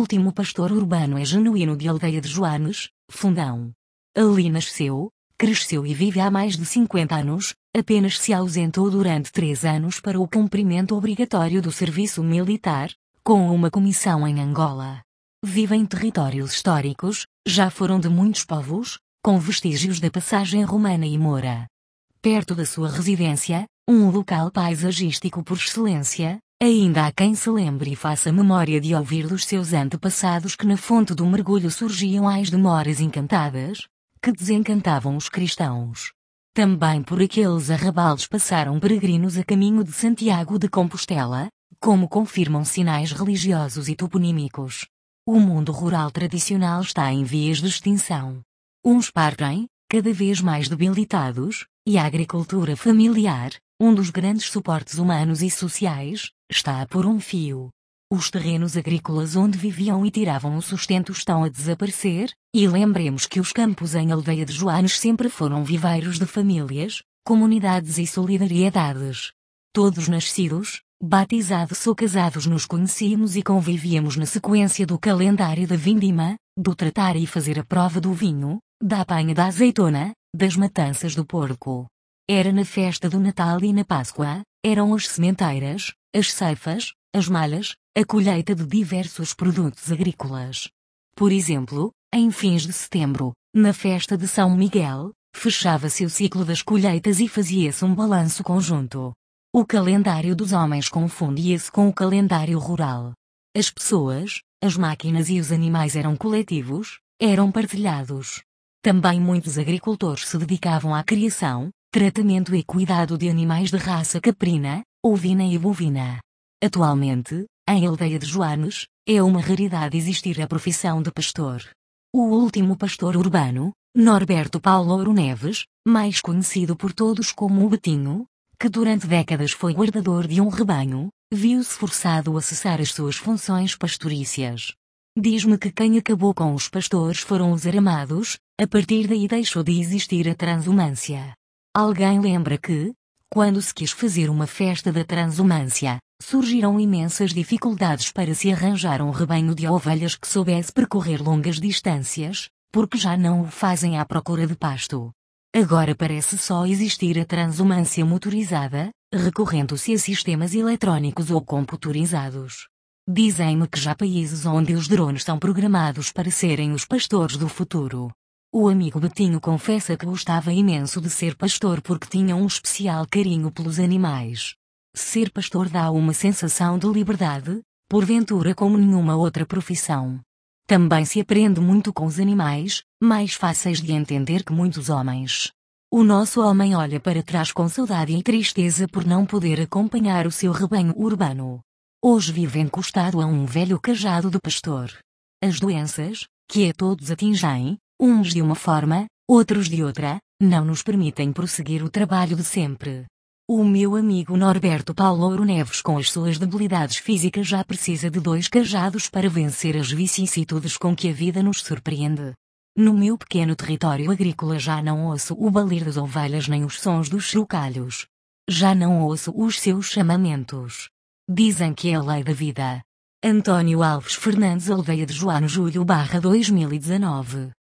último pastor urbano é genuíno de Aldeia de Joanes, Fundão. Ali nasceu, cresceu e vive há mais de 50 anos, apenas se ausentou durante 3 anos para o cumprimento obrigatório do serviço militar, com uma comissão em Angola. Vive em territórios históricos, já foram de muitos povos, com vestígios da passagem romana e moura. Perto da sua residência, um local paisagístico por excelência, ainda há quem se lembre e faça memória de ouvir dos seus antepassados que na fonte do mergulho surgiam ais de moras encantadas, que desencantavam os cristãos. Também por aqueles arrabaldes passaram peregrinos a caminho de Santiago de Compostela, como confirmam sinais religiosos e toponímicos. O mundo rural tradicional está em vias de extinção. Uns partem, cada vez mais debilitados, e a agricultura familiar, um dos grandes suportes humanos e sociais, está por um fio. Os terrenos agrícolas onde viviam e tiravam o sustento estão a desaparecer, e lembremos que os campos em Aldeia de Joanes sempre foram viveiros de famílias, comunidades e solidariedades. Todos nascidos, batizados ou casados nos conhecíamos e convivíamos na sequência do calendário da vindima, do tratar e fazer a prova do vinho, da apanha da azeitona, das matanças do porco. Era na festa do Natal e na Páscoa, eram as sementeiras, as ceifas, as malhas, a colheita de diversos produtos agrícolas. Por exemplo, em fins de setembro, na festa de São Miguel, fechava-se o ciclo das colheitas e fazia-se um balanço conjunto. O calendário dos homens confundia-se com o calendário rural. As pessoas, as máquinas e os animais eram coletivos, eram partilhados. Também muitos agricultores se dedicavam à criação, tratamento e cuidado de animais de raça caprina, ovina e bovina. Atualmente, em Aldeia de Joanes, é uma raridade existir a profissão de pastor. O último pastor urbano, Norberto Paulo Ouro Neves, mais conhecido por todos como o Betinho, que durante décadas foi guardador de um rebanho, viu-se forçado a cessar as suas funções pastorícias. Diz-me que quem acabou com os pastores foram os aramados, a partir daí deixou de existir a transumância. Alguém lembra que, quando se quis fazer uma festa da transumância, surgiram imensas dificuldades para se arranjar um rebanho de ovelhas que soubesse percorrer longas distâncias, porque já não o fazem à procura de pasto. Agora parece só existir a transumância motorizada, recorrendo-se a sistemas eletrónicos ou computarizados. Dizem-me que já há países onde os drones são programados para serem os pastores do futuro. O amigo Betinho confessa que gostava imenso de ser pastor porque tinha um especial carinho pelos animais. Ser pastor dá uma sensação de liberdade, porventura como nenhuma outra profissão. Também se aprende muito com os animais, mais fáceis de entender que muitos homens. O nosso homem olha para trás com saudade e tristeza por não poder acompanhar o seu rebanho urbano. Hoje vive encostado a um velho cajado de pastor. As doenças, que a todos atingem, uns de uma forma, outros de outra, não nos permitem prosseguir o trabalho de sempre. O meu amigo Norberto Paulo Ouro Neves, com as suas debilidades físicas, já precisa de 2 cajados para vencer as vicissitudes com que a vida nos surpreende. No meu pequeno território agrícola já não ouço o balir das ovelhas nem os sons dos chocalhos. Já não ouço os seus chamamentos. Dizem que é a lei da vida. António Alves Fernandes, Aldeia de Joanes, julho/2019.